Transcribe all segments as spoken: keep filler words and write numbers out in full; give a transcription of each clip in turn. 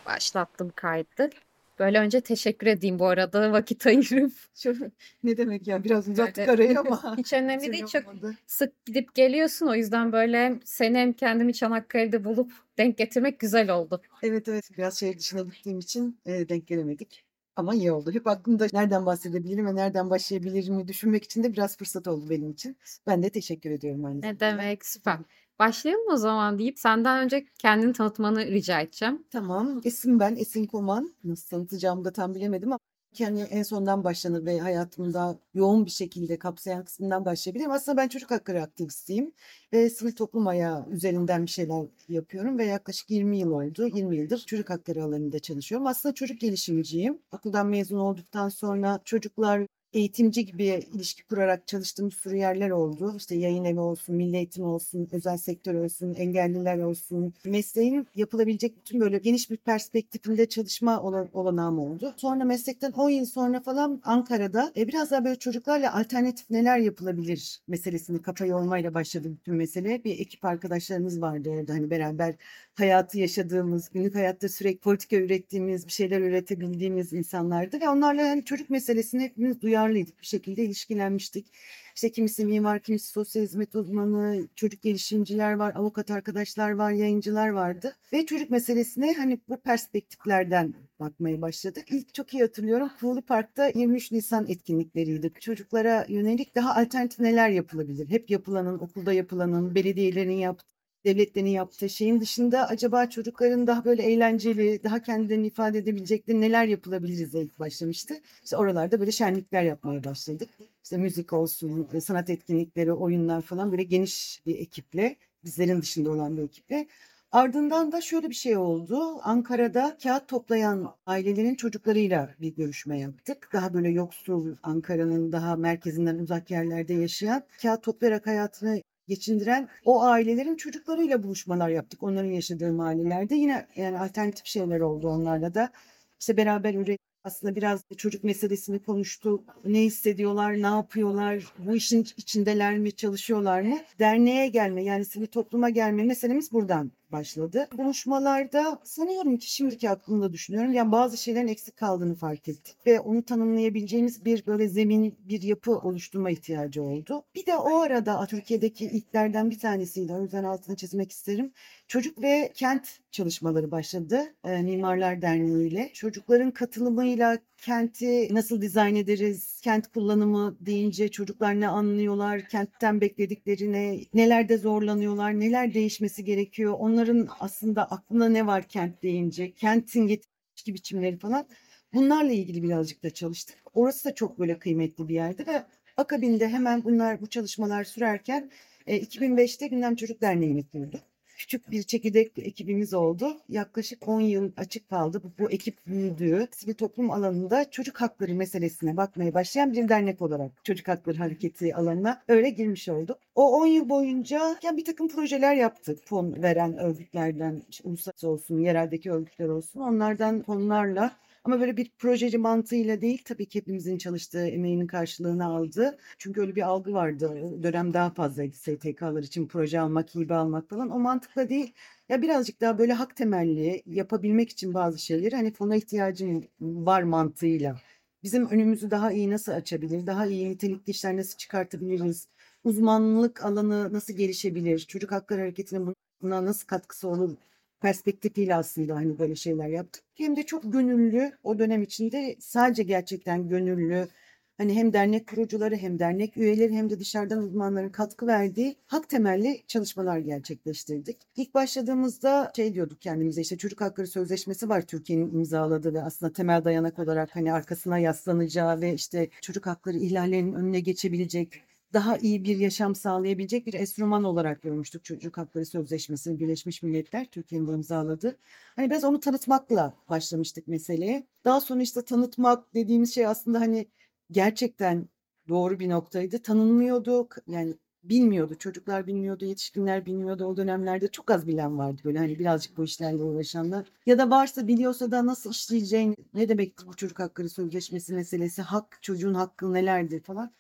Başlattım kaydı. Böyle önce teşekkür edeyim bu arada vakit ayırıp. Şu ne demek ya biraz uzattık Böyle arayı ama hiç önemli değil. türlü Çok olmadı. sık gidip geliyorsun. O yüzden böyle hem seni hem kendimi Çanakkale'de bulup denk getirmek güzel oldu. Evet evet biraz şehir dışına gittiğim için e, denk gelemedik. Ama iyi oldu. Hep aklımda nereden bahsedebilirim ve nereden başlayabilirim düşünmek için de biraz fırsat oldu benim için. Ben de teşekkür ediyorum aynı Ne zamanda. demek, süper. Başlayalım o zaman deyip senden önce kendini tanıtmanı rica edeceğim. Tamam. Esin ben. Esin Koman. Nasıl tanıtacağımı da tam bilemedim ama yani en sondan başlanır ve hayatımda yoğun bir şekilde kapsayan kısmından başlayabilirim. Aslında ben çocuk hakları aktivistiyim ve sivil toplum ayağı üzerinden bir şeyler yapıyorum ve yaklaşık yirmi yıl oldu. yirmi yıldır çocuk hakları alanında çalışıyorum. Aslında çocuk gelişimciyim. Okuldan mezun olduktan sonra çocuklar eğitimci gibi ilişki kurarak çalıştığım bir sürü yerler oldu. İşte yayın evi olsun, milli eğitim olsun, özel sektör olsun, engelliler olsun. Mesleğin yapılabilecek bütün böyle geniş bir perspektifinde çalışma olan, olanağım oldu. Sonra meslekten on yıl sonra falan Ankara'da e, biraz daha böyle çocuklarla alternatif neler yapılabilir meselesini kafa yormayla başladı bütün mesele. Bir ekip arkadaşlarımız vardı orada hani beraber hayatı yaşadığımız, günlük hayatta sürekli politika ürettiğimiz, bir şeyler üretebildiğimiz insanlardı ve onlarla yani çocuk meselesine hepimiz duyarlıydık. Bir şekilde ilişkilenmiştik. İşte kimisi mimar, kimisi sosyal hizmet uzmanı, çocuk gelişimciler var, avukat arkadaşlar var, yayıncılar vardı. Ve çocuk meselesine hani bu perspektiflerden bakmaya başladık. İlk çok iyi hatırlıyorum. Kuğulu Park'ta yirmi üç Nisan etkinlikleriydi. Çocuklara yönelik daha alternatif neler yapılabilir? Hep yapılanın, okulda yapılanın, belediyelerin yaptığı, devletlerin yaptığı şeyin dışında acaba çocukların daha böyle eğlenceli, daha kendilerini ifade edebilecekleri neler yapılabiliriz diye ilk başlamıştı. İşte oralarda böyle şenlikler yapmaya başladık. İşte müzik olsun, sanat etkinlikleri, oyunlar falan böyle geniş bir ekiple, bizlerin dışında olan bir ekiple. Ardından da şöyle bir şey oldu. Ankara'da kağıt toplayan ailelerin çocuklarıyla bir görüşme yaptık. Daha böyle yoksul, Ankara'nın daha merkezinden uzak yerlerde yaşayan, kağıt toplayarak hayatını geçindiren o ailelerin çocuklarıyla buluşmalar yaptık. Onların yaşadığı mahallelerde yine yani alternatif şeyler oldu onlarla da. İşte beraber üret aslında biraz çocuk meselesini konuştuk. Ne hissediyorlar, ne yapıyorlar, bu işin içindeler mi, çalışıyorlar mı? Derneğe gelme yani sivil topluma gelme meselemiz buradan başladı. Konuşmalarda sanıyorum ki şimdiki aklımda düşünüyorum. Yani bazı şeylerin eksik kaldığını fark ettik ve onu tanımlayabileceğimiz bir böyle zemin, bir yapı oluşturma ihtiyacı oldu. Bir de o arada Türkiye'deki ilklerden bir tanesiydi. O yüzden altını çizmek isterim. Çocuk ve kent çalışmaları başladı e, Mimarlar Derneği ile. Çocukların katılımıyla kenti nasıl dizayn ederiz, kent kullanımı deyince çocuklar ne anlıyorlar, kentten beklediklerine, nelerde zorlanıyorlar, neler değişmesi gerekiyor, onların aslında aklına ne var kent deyince, kentin yetişki biçimleri falan. Bunlarla ilgili birazcık da çalıştık. Orası da çok böyle kıymetli bir yerdi ve akabinde hemen bunlar bu çalışmalar sürerken e, iki bin beşte Gündem Çocuk Derneği'ni kurduk. Küçük bir çekirdek ekibimiz oldu. Yaklaşık on yıl açık kaldı. Bu, bu ekip büyüdü. Sivil toplum alanında çocuk hakları meselesine bakmaya başlayan bir dernek olarak çocuk hakları hareketi alanına öyle girmiş olduk. O on yıl boyunca yani bir takım projeler yaptık. Fon veren örgütlerden, işte uluslararası olsun, yereldeki örgütler olsun. Onlardan fonlarla ama böyle bir projeci mantığıyla değil tabii ki hepimizin çalıştığı emeğinin karşılığını aldı. Çünkü öyle bir algı vardı. O dönem daha fazlaydı S T K'lar için proje almak, hibe almak falan. O mantıkla değil. Ya birazcık daha böyle hak temelli yapabilmek için bazı şeyleri hani fona ihtiyacım var mantığıyla. Bizim önümüzü daha iyi nasıl açabilir, daha iyi nitelikli işler nasıl çıkartabiliriz, uzmanlık alanı nasıl gelişebilir, çocuk hakları hareketinin buna nasıl katkısı olur perspektifiyle aslında hani böyle şeyler yaptık. Hem de çok gönüllü o dönem içinde sadece gerçekten gönüllü hani hem dernek kurucuları hem dernek üyeleri hem de dışarıdan uzmanların katkı verdiği hak temelli çalışmalar gerçekleştirdik. İlk başladığımızda şey diyorduk kendimize işte çocuk hakları sözleşmesi var Türkiye'nin imzaladığı ve aslında temel dayanak olarak hani arkasına yaslanacağı ve işte çocuk hakları ihlallerinin önüne geçebilecek daha iyi bir yaşam sağlayabilecek bir enstrüman olarak görmüştük Çocuk Hakları Sözleşmesi'ni Birleşmiş Milletler Türkiye'nin imzaladı. Hani biz onu tanıtmakla başlamıştık meseleye. Daha sonra işte tanıtmak dediğimiz şey aslında hani gerçekten doğru bir noktaydı. Tanınmıyordu yani bilmiyordu. Çocuklar bilmiyordu, yetişkinler bilmiyordu. O dönemlerde çok az bilen vardı böyle hani birazcık bu işlerle uğraşanlar. Ya da varsa biliyorsa da nasıl işleyeceğini, ne demektir bu çocuk hakları sözleşmesi meselesi, hak, çocuğun hakkı nelerdir falan.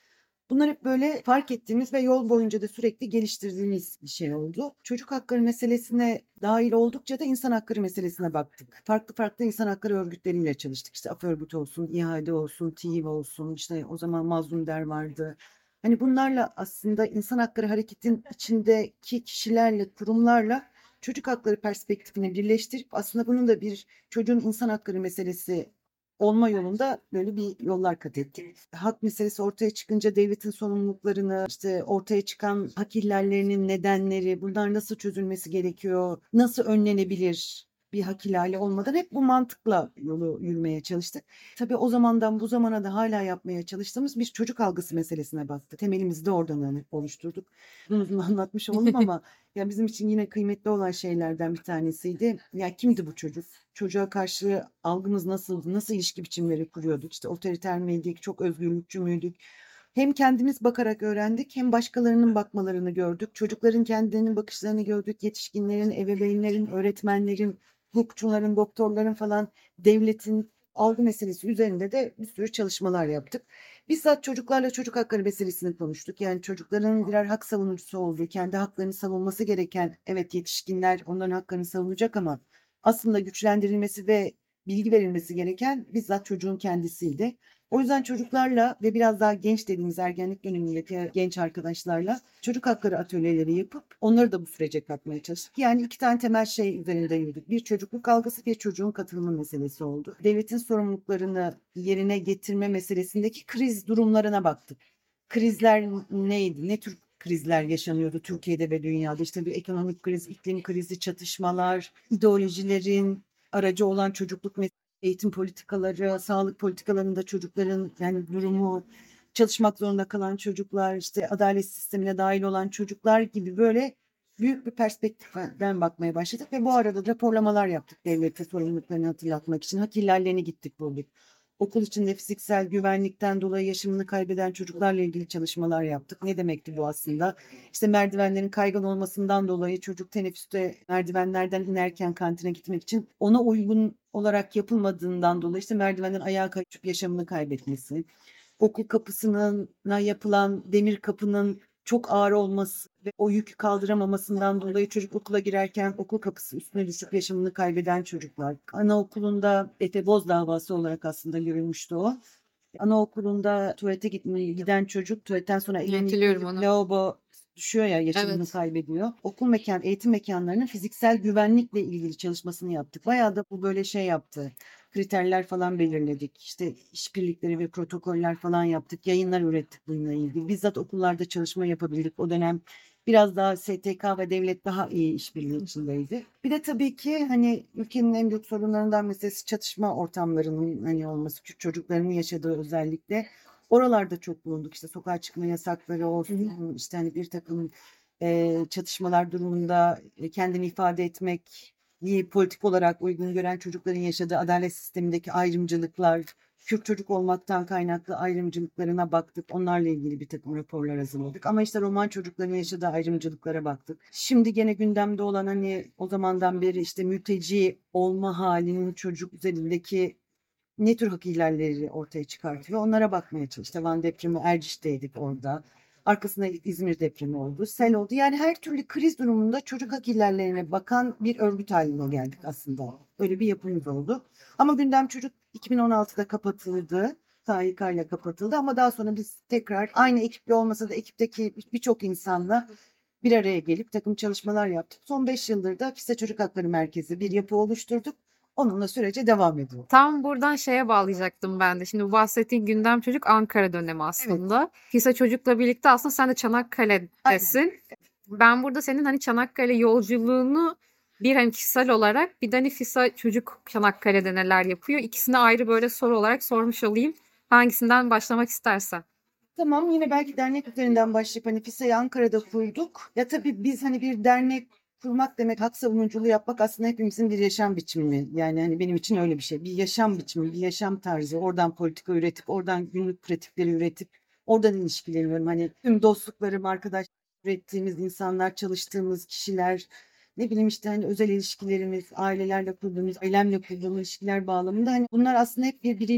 Bunlar hep böyle fark ettiğimiz ve yol boyunca da sürekli geliştirdiğimiz bir şey oldu. Çocuk hakları meselesine dahil oldukça da insan hakları meselesine baktık. Farklı farklı insan hakları örgütleriyle çalıştık. İşte Af Örgütü olsun, İHA'de olsun, TİİV olsun, işte o zaman Mazlum Der vardı. Hani bunlarla aslında insan hakları hareketin içindeki kişilerle, kurumlarla çocuk hakları perspektifini birleştirip aslında bunun da bir çocuğun insan hakları meselesi olma yolunda böyle bir yollar kat ettik. Hak meselesi ortaya çıkınca devletin sorumluluklarını, işte ortaya çıkan hak ihlallerinin nedenleri, bunlar nasıl çözülmesi gerekiyor, nasıl önlenebilir bir hak ihlali olmadan hep bu mantıkla yolu yürümeye çalıştık. Tabii o zamandan bu zamana da hala yapmaya çalıştığımız bir çocuk algısı meselesine baktık. Temelimizi de oradan hani oluşturduk. Uzun uzun anlatmış oldum ama ya bizim için yine kıymetli olan şeylerden bir tanesiydi. Ya kimdi bu çocuk? Çocuğa karşı algımız nasıldı? Nasıl ilişki biçimleri kuruyorduk? İşte otoriter miydik? Çok özgürlükçü müydük? Hem kendimiz bakarak öğrendik, hem başkalarının bakmalarını gördük. Çocukların kendilerinin bakışlarını gördük. Yetişkinlerin, ebeveynlerin, öğretmenlerin, hukukçuların, doktorların falan, devletin algı meselesi üzerinde de bir sürü çalışmalar yaptık. Bizzat çocuklarla çocuk hakları meselesini konuştuk. Yani çocukların birer hak savunucusu olduğu, kendi haklarını savunması gereken, evet yetişkinler onların haklarını savunacak ama aslında güçlendirilmesi ve bilgi verilmesi gereken bizzat çocuğun kendisiydi. O yüzden çocuklarla ve biraz daha genç dediğimiz ergenlik dönemindeki genç arkadaşlarla çocuk hakları atölyeleri yapıp onları da bu sürece katmaya çalıştık. Yani iki tane temel şey üzerinde yürüdük. Bir çocukluk algısı, bir çocuğun katılımı meselesi oldu. Devletin sorumluluklarını yerine getirme meselesindeki kriz durumlarına baktık. Krizler neydi? Ne tür krizler yaşanıyordu Türkiye'de ve dünyada? İşte bir ekonomik kriz, iklim krizi, çatışmalar, ideolojilerin aracı olan çocukluk meselesi, eğitim politikaları, sağlık politikalarında çocukların yani durumu, çalışmak zorunda kalan çocuklar, işte adalet sistemine dahil olan çocuklar gibi böyle büyük bir perspektiften bakmaya başladık ve bu arada raporlamalar yaptık devlete sorumluluklarını hatırlatmak için. Hak ihlallerini gittik bulduk. Okul içinde fiziksel güvenlikten dolayı yaşamını kaybeden çocuklarla ilgili çalışmalar yaptık. Ne demekti bu aslında? İşte merdivenlerin kaygan olmasından dolayı çocuk teneffüste merdivenlerden inerken kantine gitmek için ona uygun olarak yapılmadığından dolayı işte merdivenden ayağa kayıp yaşamını kaybetmesi, okul kapısına yapılan demir kapının çok ağır olması ve o yükü kaldıramamasından dolayı çocuk okula girerken okul kapısı üstüne düşüp yaşamını kaybeden çocuklar. Anaokulunda Efe Boz davası olarak aslında görülmüştü o. Anaokulunda tuvalete gitmeye giden çocuk tuvaletten sonra elini Hatırlıyorum yıkayıp onu. lavabo düşüyor ya yaşamını Evet. kaybediyor. Okul mekan, eğitim mekanlarının fiziksel güvenlikle ilgili çalışmasını yaptık. Bayağı da bu böyle şey yaptı. Kriterler falan belirledik. İşte işbirlikleri ve protokoller falan yaptık. Yayınlar ürettik bununla ilgili. Bizzat okullarda çalışma yapabildik. O dönem biraz daha S T K ve devlet daha iyi işbirliği içindeydi. Bir de tabii ki hani ülkenin en büyük sorunlarından meselesi çatışma ortamlarının hani olması, Kürt çocuklarının yaşadığı özellikle. Oralarda çok bulunduk. İşte sokağa çıkma yasakları olsun, işte hani bir takım e, çatışmalar durumunda e, kendini ifade etmek, iyi politik olarak uygun gören çocukların yaşadığı adalet sistemindeki ayrımcılıklar, Kürt çocuk olmaktan kaynaklı ayrımcılıklarına baktık. Onlarla ilgili bir takım raporlar hazırladık. Ama işte Roman çocukların yaşadığı ayrımcılıklara baktık. Şimdi gene gündemde olan hani o zamandan beri işte mülteci olma halinin çocuk üzerindeki ne tür hak ihlalleri ortaya çıkartıyor onlara bakmaya çalıştık. Van depremi Erciş'teydik orada. Arkasında İzmir depremi oldu, sel oldu. Yani her türlü kriz durumunda çocuk hak ihlallerine bakan bir örgüt haline geldik aslında. Öyle bir yapımız oldu. Ama Gündem Çocuk iki bin on altıda kapatıldı. K Y K ile kapatıldı ama daha sonra biz tekrar aynı ekiple olmasa da ekipteki birçok insanla bir araya gelip takım çalışmalar yaptık. Son beş yıldır da FİSA Çocuk Hakları Merkezi bir yapı oluşturduk. Onunla sürece devam ediyor. Tam buradan şeye bağlayacaktım ben de. Şimdi bu bahsettiğin Gündem Çocuk Ankara dönemi Evet, aslında. FİSA Çocuk'la birlikte aslında sen de aynen. Çanakkale'desin. Ben burada senin hani Çanakkale yolculuğunu bir hani kişisel olarak bir de hani FİSA Çocuk Çanakkale'de neler yapıyor? İkisini ayrı böyle soru olarak sormuş olayım. Hangisinden başlamak istersen. Tamam, yine belki dernek üzerinden başlayıp hani FİSA'yı Ankara'da kurduk. Ya tabii biz hani bir dernek kurmak demek, hak savunuculuğu yapmak aslında hepimizin bir yaşam biçimi. Yani hani benim için öyle bir şey. Bir yaşam biçimi, bir yaşam tarzı. Oradan politika üretip, oradan günlük pratikleri üretip, oradan ilişkileniyorum. Hani tüm dostluklarım, arkadaş ürettiğimiz insanlar, çalıştığımız kişiler, ne bileyim işte hani özel ilişkilerimiz, ailelerle kurduğumuz, ailemle kurduğumuz ilişkiler bağlamında hani bunlar aslında hep birbiriyle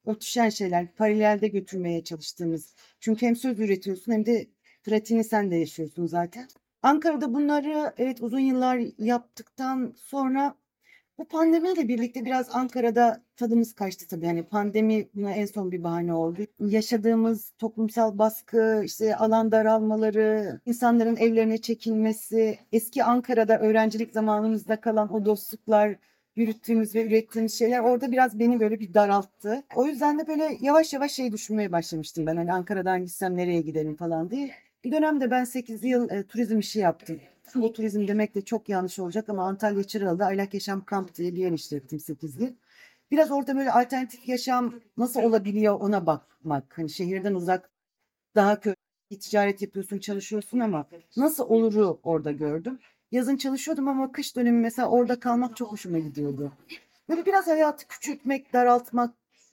örtüşen şeyler, paralelde götürmeye çalıştığımız. Çünkü hem söz üretiyorsun hem de pratiğini sen de yaşıyorsun zaten. Ankara'da bunları evet uzun yıllar yaptıktan sonra bu pandemiyle birlikte biraz Ankara'da tadımız kaçtı tabii. Yani pandemi buna en son bir bahane oldu. Yaşadığımız toplumsal baskı, işte alan daralmaları, insanların evlerine çekilmesi, eski Ankara'da öğrencilik zamanımızda kalan o dostluklar, yürüttüğümüz ve ürettiğimiz şeyler orada biraz beni böyle bir daralttı. O yüzden de böyle yavaş yavaş şey düşünmeye başlamıştım ben. Hani Ankara'dan gitsem nereye giderim falan diye. Bir dönemde ben sekiz yıl e, turizm işi yaptım. Bu turizm demek de çok yanlış olacak ama Antalya Çıralı'da Aylak Yaşam Kamp diye bir yer işlettim sekiz yıl. Biraz orada böyle alternatif yaşam nasıl olabiliyor ona bakmak. Hani şehirden uzak, daha kötü bir ticaret yapıyorsun, çalışıyorsun ama nasıl oluru orada gördüm. Yazın çalışıyordum ama kış dönemi mesela orada kalmak çok hoşuma gidiyordu. Böyle biraz hayatı küçültmek, daraltmak,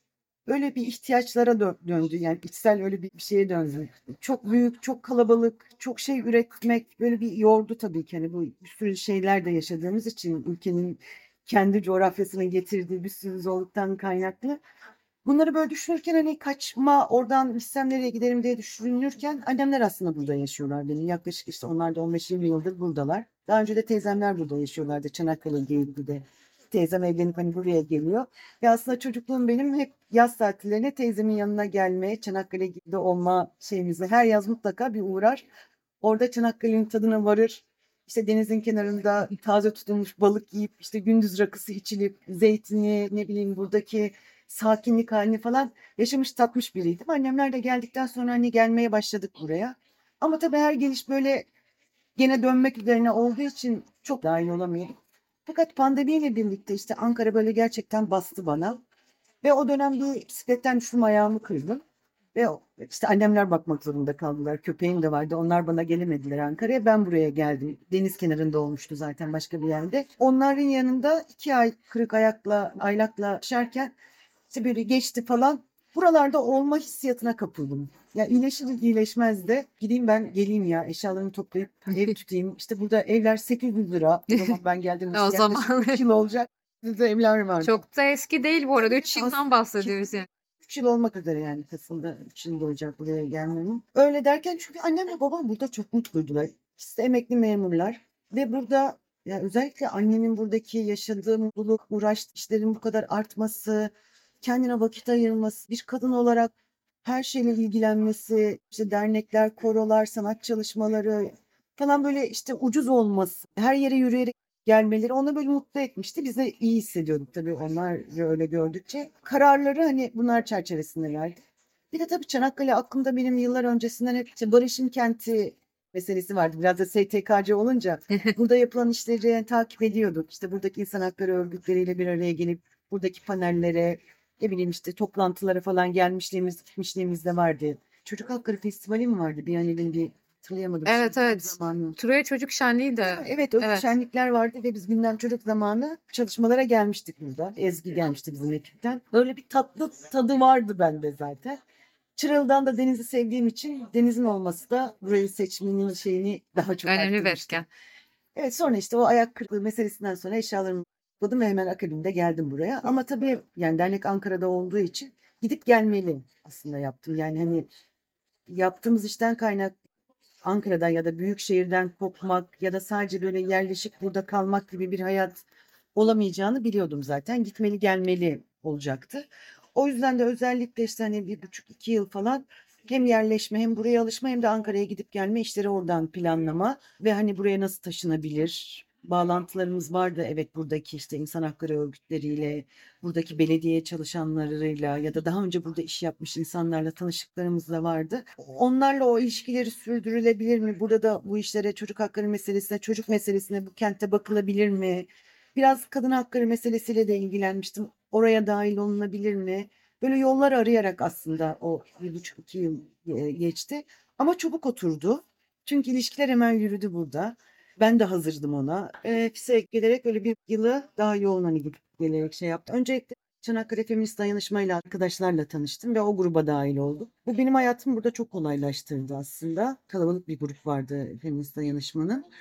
öyle bir ihtiyaçlara dö- döndü. Yani içsel öyle bir bir şeye döndü. Çok büyük, çok kalabalık, çok şey üretmek böyle bir yordu tabii ki. Hani bu bir sürü şeyler de yaşadığımız için ülkenin kendi coğrafyasının getirdiği bir sürü zorluktan kaynaklı. Bunları böyle düşünürken hani kaçma oradan gitsem nereye giderim diye düşünürken annemler aslında burada yaşıyorlar benim. Yaklaşık işte onlar da on beş yirmi yıldır buradalar. Daha önce de teyzemler burada yaşıyorlardı. Çanakkale Geyikli'de. Teyzem evlenip hani buraya geliyor. Ve aslında çocukluğum benim hep yaz tatillerine teyzemin yanına gelme, Çanakkale'de olma şeyimizle her yaz mutlaka bir uğrar. Orada Çanakkale'nin tadına varır. İşte denizin kenarında taze tutulmuş balık yiyip işte gündüz rakısı içilip zeytini ne bileyim buradaki sakinlik halini falan yaşamış tatmış biriydim. Annemler de geldikten sonra hani gelmeye başladık buraya. Ama tabii her geliş böyle gene dönmek üzerine olduğu için çok dahil olamıyorum. Fakat pandemiyle birlikte işte Ankara böyle gerçekten bastı bana. Ve o dönem bir bisikletten düştüm ayağımı kırdım. Ve o- işte annemler bakmak zorunda kaldılar. Köpeğim de vardı. Onlar bana gelemediler Ankara'ya. Ben buraya geldim. Deniz kenarında olmuştu zaten başka bir yerde. Onların yanında iki ay kırık ayakla, aylakla yaşarken işte böyle geçti falan. Buralarda olma hissiyatına kapıldım. Ya iyileşir iyileşmez de gideyim ben geleyim ya eşyalarımı toplayıp ev tutayım. İşte burada evler sekiz yüz lira. O zaman ben geldim O işte yaklaşık zaman üç yıl olacak. Burada evler vardı. çok da eski değil bu arada. Üç As yıldan bahsediyoruz yani. üç yıl olmak üzere yani Kasım'da üç yıl olacak buraya gelmemin. Öyle derken çünkü annemle babam burada çok mutluydular. İkisi de emekli memurlar ve burada ya özellikle annemin buradaki yaşadığı mutluluk, uğraş, işlerin bu kadar artması, kendine vakit ayırması, bir kadın olarak her şeyle ilgilenmesi, işte dernekler, korolar, sanat çalışmaları falan böyle işte ucuz olması, her yere yürüyerek gelmeleri onu böyle mutlu etmişti. Biz de iyi hissediyorduk tabii onlar öyle gördükçe. Kararları hani bunlar çerçevesinde verdik. Bir de tabii Çanakkale aklımda benim yıllar öncesinden hep işte Barış'ın kenti meselesi vardı. Biraz da S T K'cı olunca burada yapılan işleri takip ediyorduk. İşte buradaki insan hakları örgütleriyle bir araya gelip buradaki panellere, ne bileyim işte toplantılara falan gelmişliğimiz, gitmişliğimiz de vardı. Çocuk Hakları Festivali mi vardı? Bir an evvel bir hatırlayamadım şimdi Evet tam evet. zamanı. Troya Çocuk Şenliği Değil de mi? Evet, öyle evet. şenlikler vardı ve biz gündem çocuk zamanı çalışmalara gelmiştik burada. Ezgi gelmişti bizim ekipten. Böyle bir tatlı tadı vardı bende zaten. Çıralı'dan da denizi sevdiğim için denizin olması da burayı seçmenin şeyini daha çok Önemli bir arttırmıştı. etken. Evet sonra işte o ayak kırıklığı meselesinden sonra eşyalarımı topladım ve hemen akabinde geldim buraya. Ama tabii yani dernek Ankara'da olduğu için gidip gelmeli aslında yaptım. Yani hani yaptığımız işten kaynak Ankara'dan ya da büyük şehirden kopmak ya da sadece böyle yerleşik burada kalmak gibi bir hayat olamayacağını biliyordum zaten. Gitmeli gelmeli olacaktı. O yüzden de özellikle işte hani bir buçuk iki yıl falan hem yerleşme hem buraya alışma hem de Ankara'ya gidip gelme işleri oradan planlama ve hani buraya nasıl taşınabilir? Bağlantılarımız vardı evet buradaki işte insan hakları örgütleriyle, buradaki belediye çalışanlarıyla ya da daha önce burada iş yapmış insanlarla tanışıklarımız da vardı. Onlarla o ilişkileri sürdürülebilir mi? Burada da bu işlere çocuk hakları meselesine, çocuk meselesine bu kentte bakılabilir mi? Biraz kadın hakları meselesiyle de ilgilenmiştim. Oraya dahil olunabilir mi? Böyle yollar arayarak aslında o bir buçuk iki yıl e, geçti. Ama çabuk oturdu. Çünkü ilişkiler hemen yürüdü burada. Ben de hazırdım ona. E, FİS'e gelerek öyle bir yılı daha yoğun hani gidip gelerek şey yaptı. Öncelikle Çanakkale Feminist Dayanışmayla arkadaşlarla tanıştım ve o gruba dahil oldum. Bu benim hayatımı burada çok kolaylaştırdı aslında. Kalabalık bir grup vardı Feminist Dayanışmanın.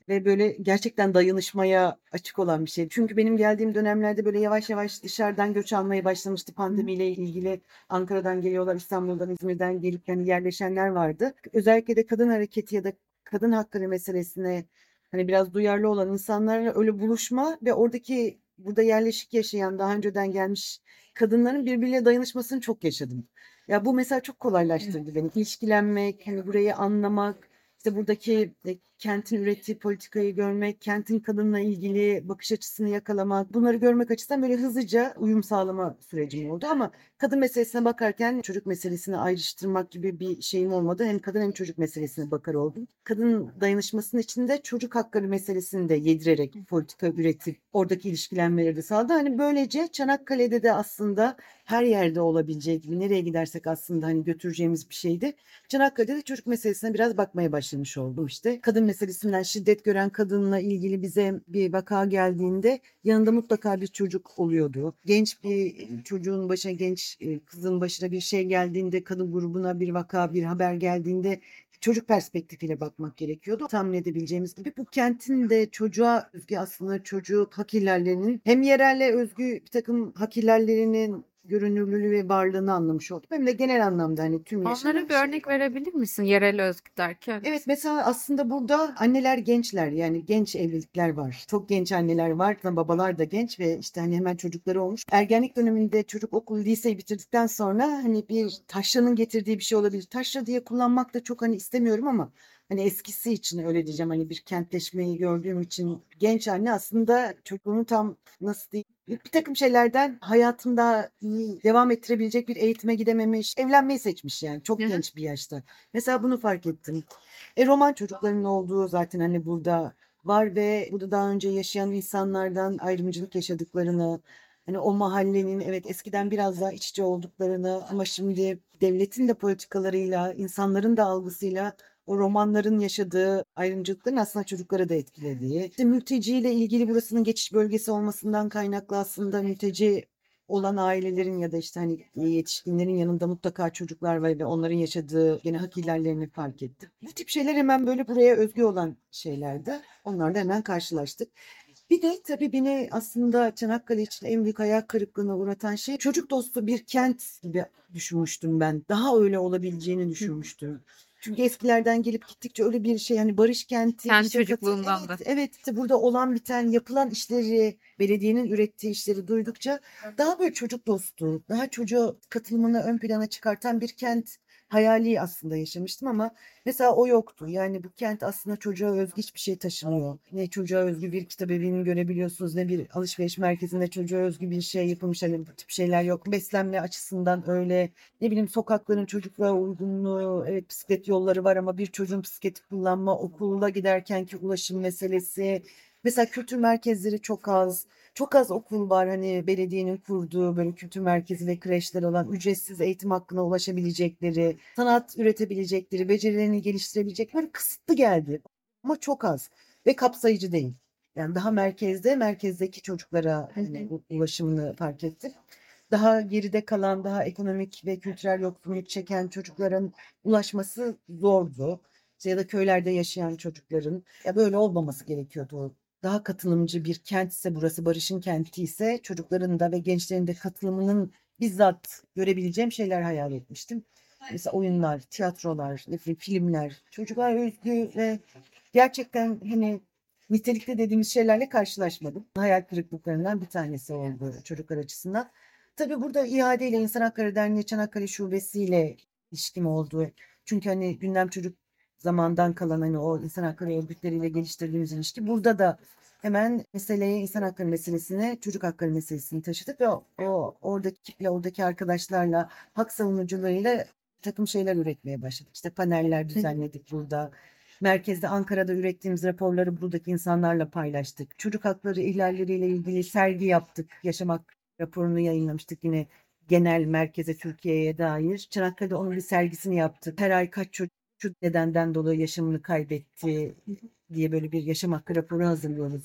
ve böyle gerçekten dayanışmaya açık olan bir şey. Çünkü benim geldiğim dönemlerde böyle yavaş yavaş dışarıdan göç almaya başlamıştı pandemiyle ilgili. Ankara'dan geliyorlar, İstanbul'dan, İzmir'den gelip yani yerleşenler vardı. Özellikle de kadın hareketi ya da kadın hakları meselesine hani biraz duyarlı olan insanlarla öyle buluşma ve oradaki burada yerleşik yaşayan daha önceden gelmiş kadınların birbiriyle dayanışmasını çok yaşadım. Ya bu mesela çok kolaylaştırdı beni. İlişkilenmek, hani burayı anlamak, işte buradaki e, kentin ürettiği politikayı görmek, kentin kadınla ilgili bakış açısını yakalamak, bunları görmek açısından böyle hızlıca uyum sağlama sürecim oldu. Ama kadın meselesine bakarken çocuk meselesini ayrıştırmak gibi bir şeyim olmadı. Hem kadın hem çocuk meselesine bakar oldum. Kadın dayanışmasının içinde çocuk hakları meselesini de yedirerek politika üretip oradaki ilişkilenmeleri de sağladı. Hani böylece Çanakkale'de de aslında her yerde olabileceği gibi nereye gidersek aslında hani götüreceğimiz bir şeydi. Çanakkale'de de çocuk meselesine biraz bakmaya başlamış oldum işte. Kadın meselesinden şiddet gören kadınla ilgili bize bir vaka geldiğinde yanında mutlaka bir çocuk oluyordu. Genç bir çocuğun başına, genç e, kızın başına bir şey geldiğinde, kadın grubuna bir vaka, bir haber geldiğinde çocuk perspektifiyle bakmak gerekiyordu. Tahmin edebileceğimiz gibi bu kentin de çocuğa özgü aslında çocuk hak ihlallerinin hem yerelle özgü bir takım hak ihlallerinin görünürlüğü ve varlığını anlamış oldum. Hem de genel anlamda hani tüm yaşanan Onlara bir örnek verebilir misin yerel özgü derken? Evet, mesela aslında burada anneler gençler, yani genç evlilikler var. Çok genç anneler var. Babalar da genç ve işte hani hemen çocukları olmuş. Ergenlik döneminde çocuk okul, liseyi bitirdikten sonra hani bir taşranın getirdiği bir şey olabilir. Taşra diye kullanmak da çok hani istemiyorum ama hani eskisi için öyle diyeceğim. Hani bir kentleşmeyi gördüğüm için genç anne aslında çocuğunu tam nasıl diyeyim, bir takım şeylerden hayatında iyi devam ettirebilecek bir eğitime gidememiş, evlenmeyi seçmiş yani çok Hı hı. genç bir yaşta. Mesela bunu fark ettim. E, roman çocuklarının olduğu zaten hani burada var ve burada daha önce yaşayan insanlardan ayrımcılık yaşadıklarını, hani o mahallenin evet eskiden biraz daha iç içe olduklarını ama şimdi devletin de politikalarıyla, insanların da algısıyla o romanların yaşadığı ayrımcılıkların aslında çocukları da etkilediği. İşte mülteciyle ilgili burasının geçiş bölgesi olmasından kaynaklı aslında mülteci olan ailelerin ya da işte hani yetişkinlerin yanında mutlaka çocuklar var ve onların yaşadığı gene hak ihlallerini fark ettim. Bu tip şeyler hemen böyle buraya özgü olan şeylerdi. Onlarla hemen karşılaştık. Bir de tabii beni aslında Çanakkale için en büyük hayal kırıklığına uğratan şey çocuk dostu bir kent gibi düşünmüştüm ben. Daha öyle olabileceğini düşünmüştüm. Çünkü eskilerden gelip gittikçe öyle bir şey hani barış kenti Kendi işte katı, çocukluğundan da. evet evet işte burada olan biten yapılan işleri belediyenin ürettiği işleri duydukça daha böyle çocuk dostu, daha çocuğa katılımını ön plana çıkartan bir kent hayali aslında yaşamıştım ama mesela o yoktu. Yani bu kent aslında çocuğa özgü hiçbir şey taşımıyor. Ne çocuğa özgü bir kitap evini görebiliyorsunuz ne bir alışveriş merkezinde çocuğa özgü bir şey yapılmış. Hani bu tip şeyler yok. Beslenme açısından öyle. Ne bileyim sokakların çocuklara uygunluğu. Evet bisiklet yolları var ama bir çocuğun bisikleti kullanma, okula giderkenki ulaşım meselesi. Mesela kültür merkezleri çok az. Çok az okul var hani belediyenin kurduğu böyle kültür merkezi ve kreşler olan ücretsiz eğitim hakkına ulaşabilecekleri, sanat üretebilecekleri, becerilerini geliştirebilecekleri kısıtlı geldi. Ama çok az ve kapsayıcı değil. Yani daha merkezde, merkezdeki çocuklara hani u- ulaşımını fark ettim. Daha geride kalan, daha ekonomik ve kültürel yoksunluk çeken çocukların ulaşması zordu. İşte ya da köylerde yaşayan çocukların ya böyle olmaması gerekiyordu. Daha katılımcı bir kentse burası barışın kenti ise çocukların da ve gençlerin de katılımının bizzat görebileceğim şeyler hayal etmiştim. Mesela oyunlar, tiyatrolar, ne bileyim, filmler, çocuklar özgü ve gerçekten hani nitelikli dediğimiz şeylerle karşılaşmadım. Hayal kırıklıklarından bir tanesi oldu çocuklar açısından. Tabii burada iadeyle İnsan Hakları Derneği Çanakkale Şubesi'yle ilişkim oldu. Çünkü hani gündem çocuk zamandan kalan hani o insan hakları örgütleriyle geliştirdiğimiz ilişki. Burada da hemen meseleye insan hakları meselesine çocuk hakları meselesini taşıdık ve o, o oradaki kitle, oradaki arkadaşlarla, hak savunucularıyla bir takım şeyler üretmeye başladık. İşte paneller düzenledik burada. Merkezde Ankara'da ürettiğimiz raporları buradaki insanlarla paylaştık. Çocuk hakları ihlalleriyle ilgili sergi yaptık. Yaşamak raporunu yayınlamıştık yine genel merkeze Türkiye'ye dair. Çanakkale'de onun bir sergisini yaptık. Her ay kaç çocuk şu nedenden dolayı yaşamını kaybetti diye böyle bir yaşam hakkı raporu hazırlıyoruz.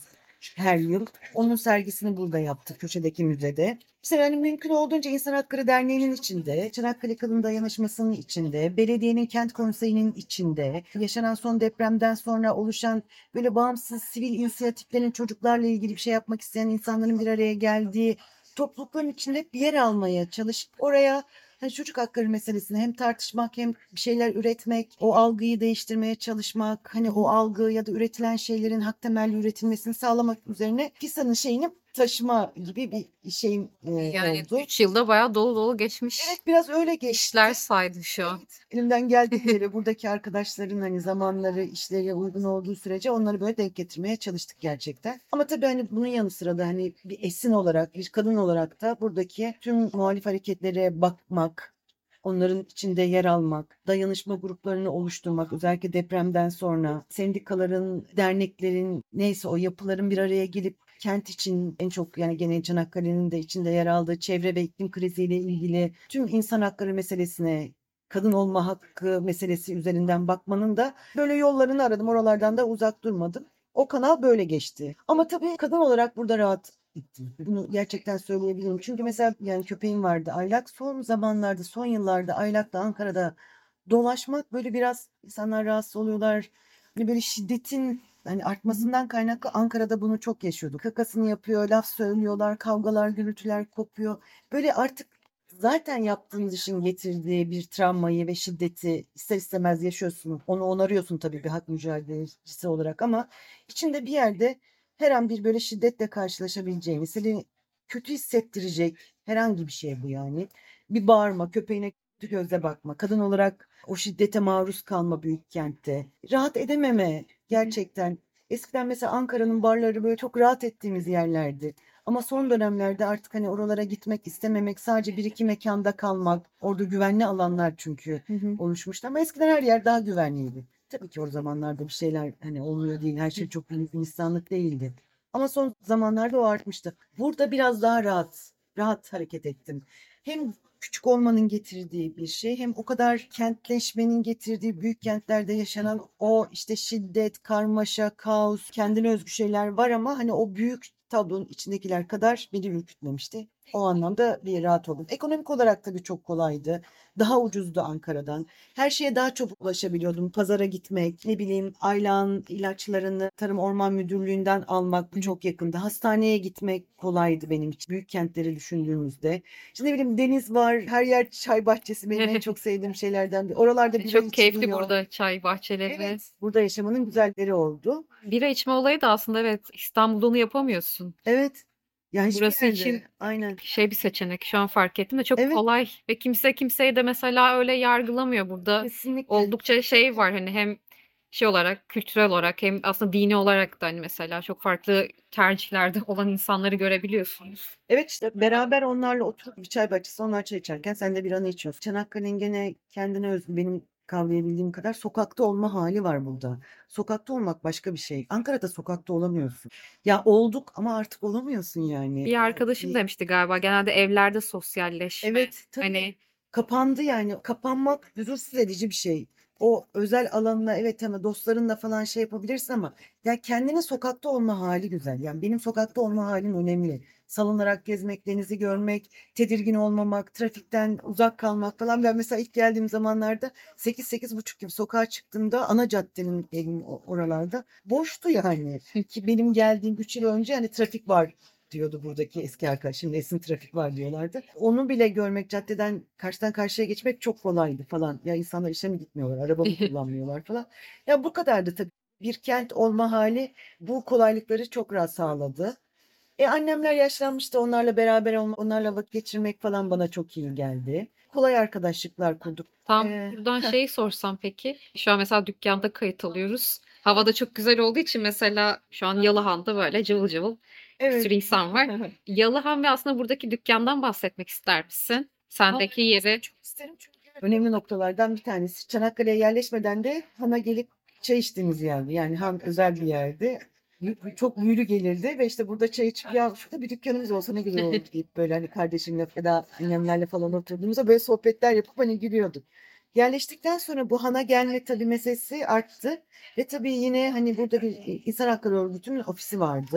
her yıl. Onun sergisini burada yaptık köşedeki müzede. İşte yani mümkün olduğunca İnsan Hakları Derneği'nin içinde, Çanakkale Kadın Dayanışması'nın içinde, belediyenin kent konseyinin içinde, yaşanan son depremden sonra oluşan böyle bağımsız sivil inisiyatiflerin çocuklarla ilgili bir şey yapmak isteyen insanların bir araya geldiği toplulukların içinde bir yer almaya çalışıp oraya hani çocuk hakları meselesini hem tartışmak hem bir şeyler üretmek, o algıyı değiştirmeye çalışmak, hani o algı ya da üretilen şeylerin hak temelli üretilmesini sağlamak üzerine FİSA'nın şeyini taşıma gibi bir şeyim e, Yani oldu. üç yılda bayağı dolu dolu geçmiş Evet biraz öyle geçti. işler saydı şu an. Evet, elimden geldiğince buradaki arkadaşların hani zamanları işlere uygun olduğu sürece onları böyle denk getirmeye çalıştık gerçekten. Ama tabii hani bunun yanı sıra da hani bir esin olarak, bir kadın olarak da buradaki tüm muhalif hareketlere bakmak, onların içinde yer almak, dayanışma gruplarını oluşturmak, özellikle depremden sonra sendikaların, derneklerin, neyse o yapıların bir araya gelip kent için en çok yani gene Çanakkale'nin de içinde yer aldığı çevre ve iklim kriziyle ilgili tüm insan hakları meselesine, kadın olma hakkı meselesi üzerinden bakmanın da böyle yollarını aradım. Oralardan da uzak durmadım. O kanal böyle geçti. Ama tabii kadın olarak burada rahat ettim. Bunu gerçekten söyleyebilirim. Çünkü mesela yani köpeğim vardı Aylak. Son zamanlarda, son yıllarda Aylak'la Ankara'da dolaşmak böyle biraz insanlar rahatsız oluyorlar. Hani böyle şiddetin hani artmasından kaynaklı Ankara'da bunu çok yaşıyorduk. Kakasını yapıyor, laf söylüyorlar, kavgalar, gürültüler kopuyor. Böyle artık zaten yaptığın işin getirdiği bir travmayı ve şiddeti ister istemez yaşıyorsun. Onu onarıyorsun tabii bir hak mücadelecisi olarak ama içinde bir yerde her an bir böyle şiddetle karşılaşabileceğini, seni kötü hissettirecek herhangi bir şey bu yani. Bir bağırma, köpeğine kötü gözle bakma, kadın olarak o şiddete maruz kalma büyük kentte. Rahat edememe gerçekten. Eskiden mesela Ankara'nın barları böyle çok rahat ettiğimiz yerlerdi. Ama son dönemlerde artık hani oralara gitmek istememek, sadece bir iki mekanda kalmak, orada güvenli alanlar çünkü Hı hı. oluşmuştu. Ama eskiden her yer daha güvenliydi. Tabii ki o zamanlarda bir şeyler hani olmuyor değil, her şey çok büyük bir insanlık değildi. Ama son zamanlarda o artmıştı. Burada biraz daha rahat, rahat hareket ettim. Hem küçük olmanın getirdiği bir şey hem o kadar kentleşmenin getirdiği büyük kentlerde yaşanan o işte şiddet, karmaşa, kaos, kendine özgü şeyler var ama hani o büyük tablonun içindekiler kadar beni ürkütmemişti. O anlamda bir rahat oldum. Ekonomik olarak tabii çok kolaydı. Daha ucuzdu Ankara'dan. Her şeye daha çabuk ulaşabiliyordum. Pazara gitmek, ne bileyim Aylak'ın ilaçlarını Tarım Orman Müdürlüğü'nden almak bu çok yakındı. Hastaneye gitmek kolaydı benim için. Büyük kentleri düşündüğümüzde. İşte ne bileyim deniz var, her yer çay bahçesi benim en çok sevdiğim şeylerden biri. Oralarda bira Çok keyifli içiliyor. burada çay bahçeleri. Evet, burada yaşamanın güzelleri oldu. Bira içme olayı da aslında evet İstanbul'da onu yapamıyorsun. Evet. Ya hiçbir Burası yerde. için Aynen. şey bir seçenek. Şu an fark ettim de çok Evet, kolay ve kimse kimseyi de mesela öyle yargılamıyor burada. kesinlikle. Oldukça şey var hani hem şey olarak kültürel olarak hem aslında dini olarak da hani mesela çok farklı tercihlerde olan insanları görebiliyorsunuz. Evet işte beraber onlarla oturup bir çay bahçesi onlar çay içerken sen de bir an içiyorsun. Çanakkale'nin gene kendine özgü benim kavrayabildiğim kadar sokakta olma hali var burada. Sokakta olmak başka bir şey. Ankara'da sokakta olamıyorsun. Ya olduk ama artık olamıyorsun yani. Bir arkadaşım Bir- demişti galiba genelde evlerde sosyalleşme. Evet tabii Hani kapandı yani. Kapanmak huzursuz edici bir şey. O özel alanla evet ama dostlarınla falan şey yapabilirsin ama ya kendine sokakta olma hali güzel. Yani benim sokakta olma halim önemli. Salınarak gezmek, denizi görmek, tedirgin olmamak, trafikten uzak kalmak falan. Ben mesela ilk geldiğim zamanlarda sekiz sekiz buçuk gibi sokağa çıktığımda ana caddenin evim o- oralarda boştu yani. Ki benim geldiğim üç yıl önce hani trafik var diyordu buradaki eski arkadaş. Şimdi Esin trafik var diyorlardı. Onu bile görmek, caddeden karşıdan karşıya geçmek çok kolaydı falan. Ya insanlar işe mi gitmiyorlar, araba mı kullanmıyorlar falan. Ya bu kadardı tabii. Bir kent olma hali bu kolaylıkları çok rahat sağladı. E annemler yaşlanmıştı. Onlarla beraber olmak, onlarla vakit geçirmek falan bana çok iyi geldi. Kolay arkadaşlıklar kurduk. tam Ee, buradan şeyi sorsam peki. Şu an mesela dükkanda kayıt alıyoruz. Hava da çok güzel olduğu için mesela şu an Yalıhan'da böyle cıvıl cıvıl bir evet. sürü insan var. Yalıhan ve aslında buradaki dükkandan bahsetmek ister misin? Sendeki yeri. Çok isterim çünkü önemli noktalardan bir tanesi. Çanakkale'ye yerleşmeden de Han'a gelip çay içtiğimiz yerdi. Yani Han özel bir yerdi. Yü- Çok büyülü gelirdi ve işte burada çay içip ya şurada bir dükkanımız olsa ne güzel olur deyip böyle hani kardeşimle ya da annemlerle falan oturduğumuzda böyle sohbetler yapıp hani gülüyorduk. Yerleştikten sonra bu Han'a gelme tabii meselesi arttı ve tabii yine hani burada bir insan hakları örgütünün ofisi vardı.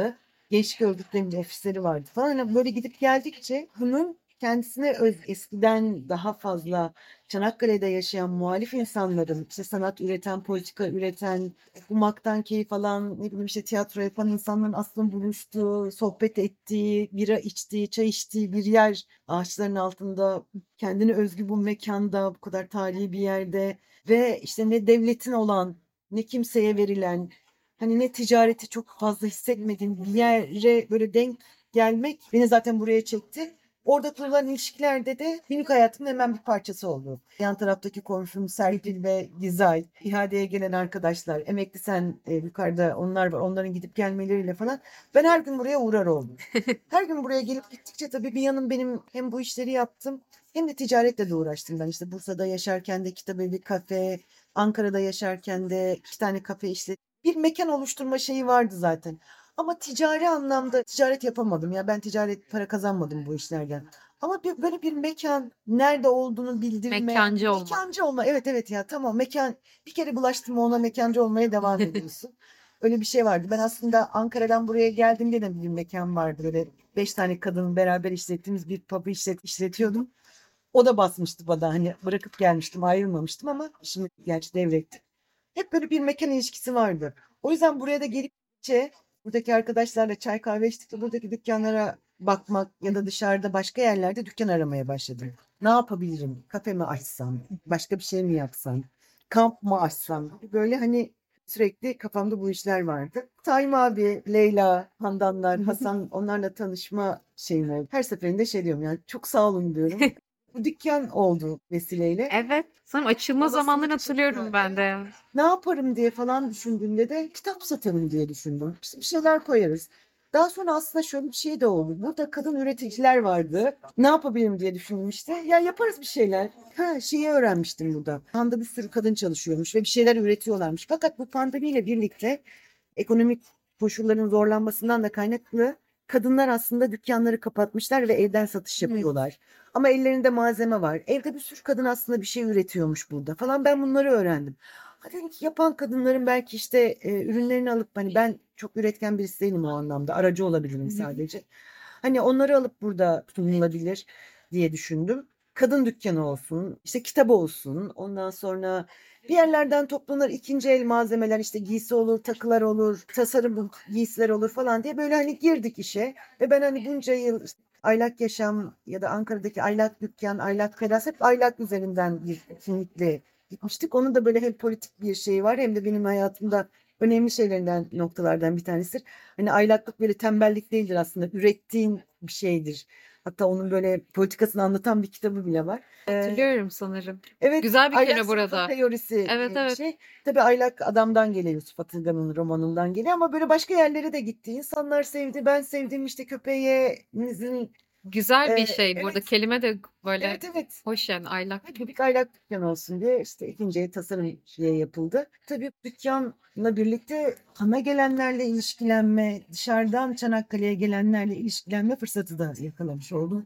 gençlik örgütlerinin ofisleri vardı falan. Hani böyle gidip geldikçe bunun kendisine öz, eskiden daha fazla Çanakkale'de yaşayan muhalif insanların, işte sanat üreten, politika üreten, okumaktan keyif alan, ne bileyim işte tiyatro yapan insanların aslında buluştuğu, sohbet ettiği, bira içtiği, çay içtiği bir yer. Ağaçların altında, kendine özgü bu mekanda, bu kadar tarihi bir yerde ve işte ne devletin olan, ne kimseye verilen, hani ne ticareti çok fazla hissetmediğim bir yere böyle denk gelmek beni zaten buraya çekti. Orada kurulan ilişkilerde de günlük hayatımın hemen bir parçası oldu. Yan taraftaki komşum Serpil ve Gizay, ihaleye gelen arkadaşlar, emekli sen e, yukarıda onlar var, onların gidip gelmeleriyle falan. Ben her gün buraya uğrar oldum. Her gün buraya gelip gittikçe tabii bir yanım benim hem bu işleri yaptım hem de ticaretle de uğraştım ben. İşte Bursa'da yaşarken de kitabevi kafe, Ankara'da yaşarken de iki tane kafe işlettim. Bir mekan oluşturma şeyi vardı zaten. Ama ticari anlamda ticaret yapamadım. Ya ben ticaret para kazanmadım bu işlerden. Ama bir, böyle bir mekan nerede olduğunu bildirme, Mekancı olmak. mekancı olma. Evet evet ya tamam mekan bir kere bulaştım mı ona mekancı olmaya devam ediyorsun. Öyle bir şey vardı. Ben aslında Ankara'dan buraya geldiğimde de bir mekan vardı. Böyle beş tane kadının beraber işlettiğimiz bir pub'ı işlet, işletiyordum. O da basmıştı bana hani bırakıp gelmiştim ayrılmamıştım ama şimdi gerçi devretti. Hep böyle bir mekan ilişkisi vardı. O yüzden buraya da gelip gittikçe buradaki arkadaşlarla çay kahve içtikçe buradaki dükkanlara bakmak ya da dışarıda başka yerlerde dükkan aramaya başladım. Ne yapabilirim? Kafe mi açsam? Başka bir şey mi yapsam? Kamp mı açsam? Böyle hani sürekli kafamda bu işler vardı. Tayyip abi, Leyla, Handanlar, Hasan onlarla tanışma şeyim oldu. Her seferinde şey diyorum yani çok sağ olun diyorum. Bu dükkan oldu vesileyle. Evet. Sanırım açılma Babasının zamanlarını hatırlıyorum ben küçüklüğünde de ya. ne yaparım diye falan düşündüğümde de kitap satarım diye düşündüm. İşte bir şeyler koyarız. Daha sonra aslında şöyle bir şey de oldu. Burada kadın üreticiler vardı. Ne yapabilirim diye düşündüm işte. Ya yaparız bir şeyler. Ha şeyi öğrenmiştim burada. Panda bir sürü kadın çalışıyormuş ve bir şeyler üretiyorlarmış. Fakat bu pandemiyle birlikte ekonomik koşulların zorlanmasından da kaynaklı kadınlar aslında dükkanları kapatmışlar ve evden satış Evet. yapıyorlar. Ama ellerinde malzeme var. Evde bir sürü kadın aslında bir şey üretiyormuş burada falan. Ben bunları öğrendim. Ha dedim ki yapan kadınların belki işte e, ürünlerini alıp hani ben çok üretken birisi değilim o anlamda. Aracı olabilirim sadece. Hani onları alıp burada sunulabilir diye düşündüm. Kadın dükkanı olsun, işte kitap olsun. Ondan sonra bir yerlerden toplanır ikinci el malzemeler işte giysi olur, takılar olur, tasarım giysiler olur falan diye böyle hani girdik işe. Ve ben hani bunca yıl işte Aylak Yaşam ya da Ankara'daki Aylak Dükkan, Aylak Teras hep aylak üzerinden bir kimlikle gitmiştik. Onun da böyle hem politik bir şeyi var hem de benim hayatımda önemli şeylerinden noktalardan bir tanesidir. Hani aylaklık böyle tembellik değildir aslında. Ürettiğin bir şeydir. Hatta onun böyle politikasını anlatan bir kitabı bile var. Ee, Hatırlıyorum sanırım. evet, Güzel bir aylak kelime sınıfın burada. teorisi Evet diye bir evet. şey. Tabii aylak adamdan geliyor, Yusuf Atılgan'ın romanından geliyor ama böyle başka yerlere de gitti. İnsanlar sevdi, ben sevdim işte köpeğimizin Güzel bir e, şey. Burada evet, kelime de böyle evet, evet. hoş yani aylak. Hadi bir aylak dükkanı olsun diye işte ikinci el tasarım diye yapıldı. Tabii dükkanla birlikte ana gelenlerle ilişkilenme, dışarıdan Çanakkale'ye gelenlerle ilişkilenme fırsatı da yakalamış oldum.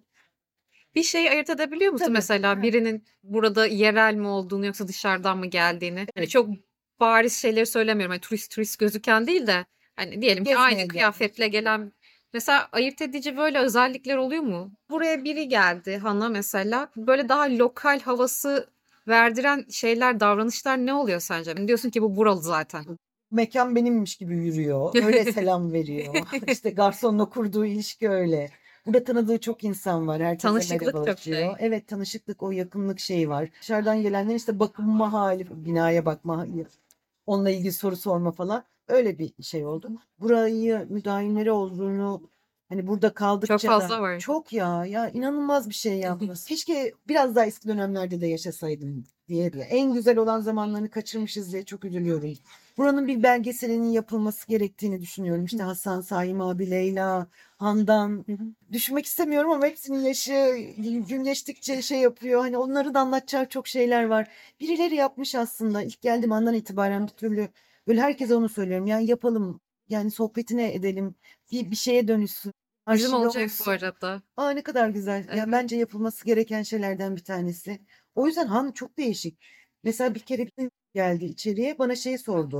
Bir şeyi ayırt edebiliyor musun Tabii. mesela Ha, birinin burada yerel mi olduğunu yoksa dışarıdan mı geldiğini? Hani çok bariz şeyleri söylemiyorum. Hani turist turist gözüken değil de hani diyelim ki aynı gezmeye geldim. kıyafetle gelen mesela ayırt edici böyle özellikler oluyor mu? Buraya biri geldi Hana mesela. Böyle daha lokal havası verdiren şeyler, davranışlar ne oluyor sence? Hani diyorsun ki bu buralı zaten. Mekan benimmiş gibi yürüyor. Öyle selam veriyor. İşte garsonla kurduğu ilişki öyle. Burada tanıdığı çok insan var. Herkese Tanışıklık çok merhabalaşıyor. şey. Evet tanışıklık o yakınlık şeyi var. Dışarıdan gelenler işte bakınma hali, binaya bakma, onunla ilgili soru sorma falan. Öyle bir şey oldu. Burayı müdavimleri olduğunu hani burada Çok kaldıkça da fazla var. çok ya ya inanılmaz bir şey yapması. Keşke biraz daha eski dönemlerde de yaşasaydım diye. En güzel olan zamanlarını kaçırmışız diye çok üzülüyorum. Buranın bir belgeselinin yapılması gerektiğini düşünüyorum. İşte Hasan, Saim abi, Leyla, Handan. Düşünmek istemiyorum ama hepsinin yaşı gün geçtikçe şey yapıyor. Hani onların da anlatacağı çok şeyler var. Birileri yapmış aslında. İlk geldiğim andan itibaren bir türlü böyle herkese onu söylüyorum. Yani yapalım. Yani sohbetine edelim. Bir, bir şeye dönüşsün. Bizim Arşive olacak bu olsun. arada. Aa ne kadar güzel. Yani Evet. bence yapılması gereken şeylerden bir tanesi. O yüzden Han çok değişik. Mesela bir kere bir geldi içeriye bana şey sordu.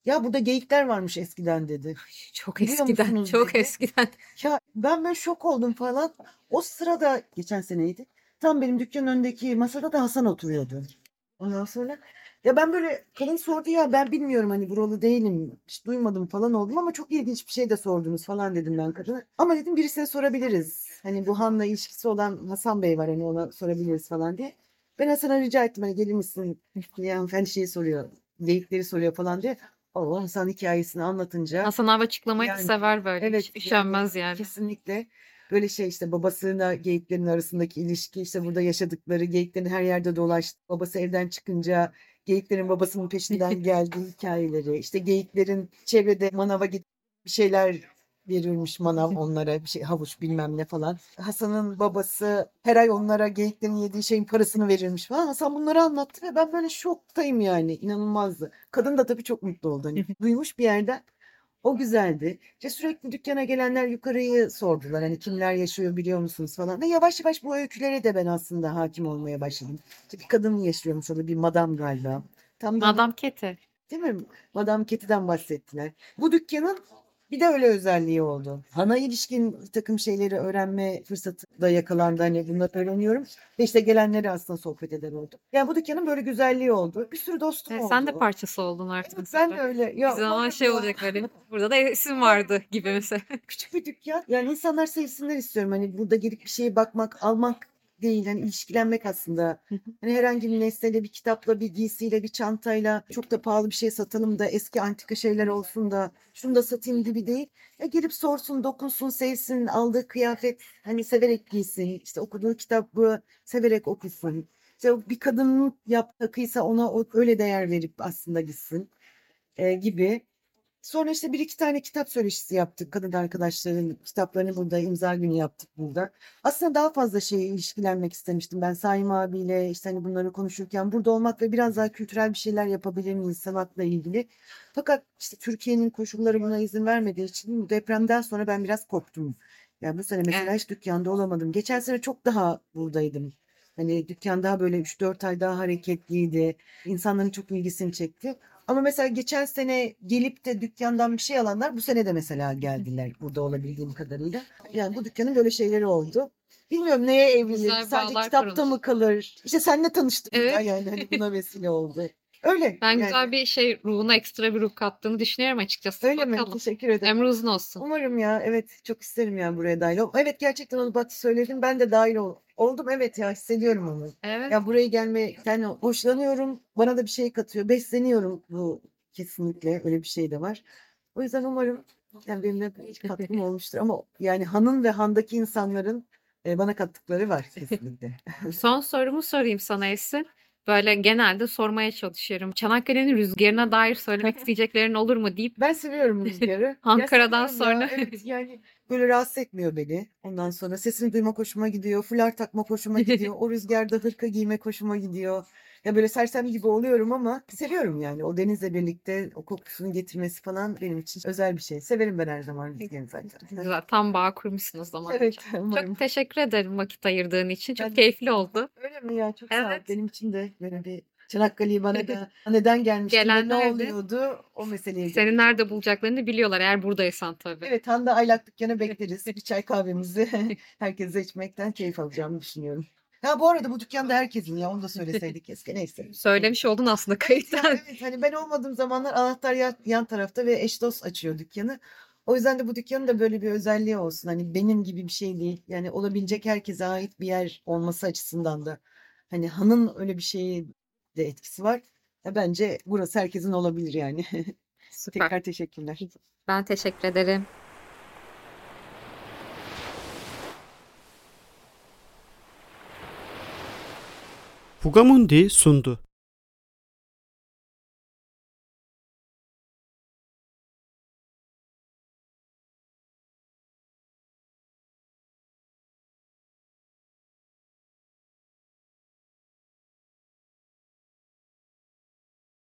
Ya burada geyikler varmış eskiden dedi. Çok Biliyor eskiden, musunuz çok dedi. eskiden. Ya ben böyle şok oldum falan. O sırada geçen seneydi. Tam benim dükkanın önündeki masada da Hasan oturuyordu. Ondan sonra ya ben böyle kadın sordu ya ben bilmiyorum hani buralı değilim hiç duymadım falan oldum ama çok ilginç bir şey de sordunuz falan dedim ben kadına. Ama dedim birisine sorabiliriz. Hani bu Han'la ilişkisi olan Hasan Bey var hani ona sorabiliriz falan diye. Ben Hasan'a rica ettim hani gelir misin? Ya hanımefendi şeyi soruyor. Geyikleri soruyor falan diye. Allah Hasan hikayesini anlatınca Hasan abi açıklamayı da yani sever böyle. evet Hiç yani üşenmez yani. kesinlikle böyle şey işte babasıyla geyiklerin arasındaki ilişki işte burada yaşadıkları geyiklerin her yerde dolaştı. Babası evden çıkınca geyiklerin babasının peşinden geldiği hikayeleri işte geyiklerin çevrede manava gidip bir şeyler verilmiş manav onlara bir şey havuç bilmem ne falan. Hasan'ın babası her ay onlara geyiklerin yediği şeyin parasını verirmiş falan. Hasan bunları anlattı ve ben böyle şoktayım yani inanılmazdı. Kadın da tabii çok mutlu oldu hani duymuş bir yerden. O güzeldi. İşte sürekli dükkana gelenler yukarıyı sordular. Hani kimler yaşıyor biliyor musunuz falan. Ve yavaş yavaş bu öykülere de ben aslında hakim olmaya başladım. İşte bir kadın yaşıyormuş orada bir madam galiba. Tam da Madame Kete. değil mi? Madame Keti'den bahsettiler. Bu dükkanın bir de öyle özelliği oldu. Hana ilişkin bir takım şeyleri öğrenme fırsatı da yakalandı. Hani bunları öğreniyorum. Ve işte gelenleri aslında sohbet eder oldum. Yani bu dükkanın böyle güzelliği oldu. Bir sürü dostum E, sen de oldu. parçası oldun artık Evet ben de mesela. öyle. Bir Ya zaman umarım şey ya. olacak böyle. Burada da isim Umarım vardı gibi böyle mesela. küçük bir dükkan. Yani insanlar sevsinler istiyorum. Hani burada gelip bir şeye bakmak, almak değil. Hani ilişkilenmek aslında. Hani herhangi bir nesneyle, bir kitapla, bir giysiyle, bir çantayla çok da pahalı bir şey satalım da eski antika şeyler olsun da şunu da satayım gibi değil. Ya gelip sorsun, dokunsun, sevsin, aldığı kıyafet hani severek giysin. İşte okuduğu kitabı severek okusun. İşte bir kadının yaptığı takıysa ona o, öyle değer verip aslında gitsin e, gibi. Sonra işte bir iki tane kitap söyleşisi yaptık. Kadın arkadaşların kitaplarını burada imza günü yaptık burada. Aslında daha fazla şeye ilişkilenmek istemiştim. Ben Saim abiyle işte hani bunları konuşurken burada olmak ve biraz daha kültürel bir şeyler yapabilir miyiz sanatla ilgili. Fakat işte Türkiye'nin koşulları buna izin vermediği için bu depremden sonra ben biraz korktum. Yani bu sene mesela Evet. hiç dükkanda olamadım. Geçen sene çok daha buradaydım. Hani dükkan daha böyle üç dört ay daha hareketliydi. İnsanların çok ilgisini çekti. Ama mesela geçen sene gelip de dükkandan bir şey alanlar bu sene de mesela geldiler burada olabildiğim kadarıyla. Yani bu dükkanın böyle şeyleri oldu. Bilmiyorum neye evrilir? Güzel Sadece bağlar kitapta kurulmuş. mı kalır? İşte seninle tanıştık bir daha Evet. yani hani buna vesile oldu. Öyle Ben yani. güzel bir şey ruhuna ekstra bir ruh kattığını düşünüyorum açıkçası. Öyle mi? Bakalım. Teşekkür ederim. Ömrü uzun olsun. Umarım ya. Evet çok isterim yani buraya dahil ol. Evet gerçekten onu bak söyledin. Ben de dahil ol- oldum. Evet ya hissediyorum onu. Evet. Ya buraya gelmekten hoşlanıyorum. Bana da bir şey katıyor. Besleniyorum bu kesinlikle. Öyle bir şey de var. O yüzden umarım yani benim de bir katkım olmuştur. Ama yani hanın ve handaki insanların e, bana kattıkları var kesinlikle. Son sorumu sorayım sana Esin. Böyle genelde sormaya çalışıyorum. Çanakkale'nin rüzgarına dair söylemek isteyeceklerin olur mu deyip Ben seviyorum rüzgarı. Ya Ankara'dan seviyorum ya. sonra Evet yani böyle rahatsız etmiyor beni. Ondan sonra sesini duymak hoşuma gidiyor. Fular takmak hoşuma gidiyor. O rüzgarda hırka giymek hoşuma gidiyor. Ya böyle sersem gibi oluyorum ama seviyorum yani. O denizle birlikte o kokusunu getirmesi falan benim için özel bir şey. Severim ben her zaman rüzgarı zaten. güzel, tam bağ kurmuşsunuz o zaman. Evet Çok, umarım. çok teşekkür ederim vakit ayırdığın için. Çok Ben keyifli oldu. öyle mi ya? Çok sağ ol. Evet. Benim için de böyle bir Çanakkale'yi bana da neden gelmiştim ve ne Gelenler de oluyordu o meseleyi de. seni nerede bulacaklarını biliyorlar eğer buradaysan tabii. Evet, Handa Aylak dükkanı bekleriz. Bir çay kahvemizi herkese içmekten keyif alacağımı düşünüyorum. Ha bu arada bu dükkanda herkesin ya onu da söyleseydik keşke neyse. Söylemiş oldun aslında Evet ya kayıttan. evet hani ben olmadığım zamanlar anahtar yan, yan tarafta ve eş dost açıyor dükkanı. O yüzden de bu dükkanın da böyle bir özelliği olsun. Hani benim gibi bir şey değil. Yani olabilecek herkese ait bir yer olması açısından da. Hani hanın öyle bir şeyi de etkisi var. Ya bence burası herkesin olabilir yani. Süper. Tekrar teşekkürler. Ben teşekkür ederim. Fugamundi sundu.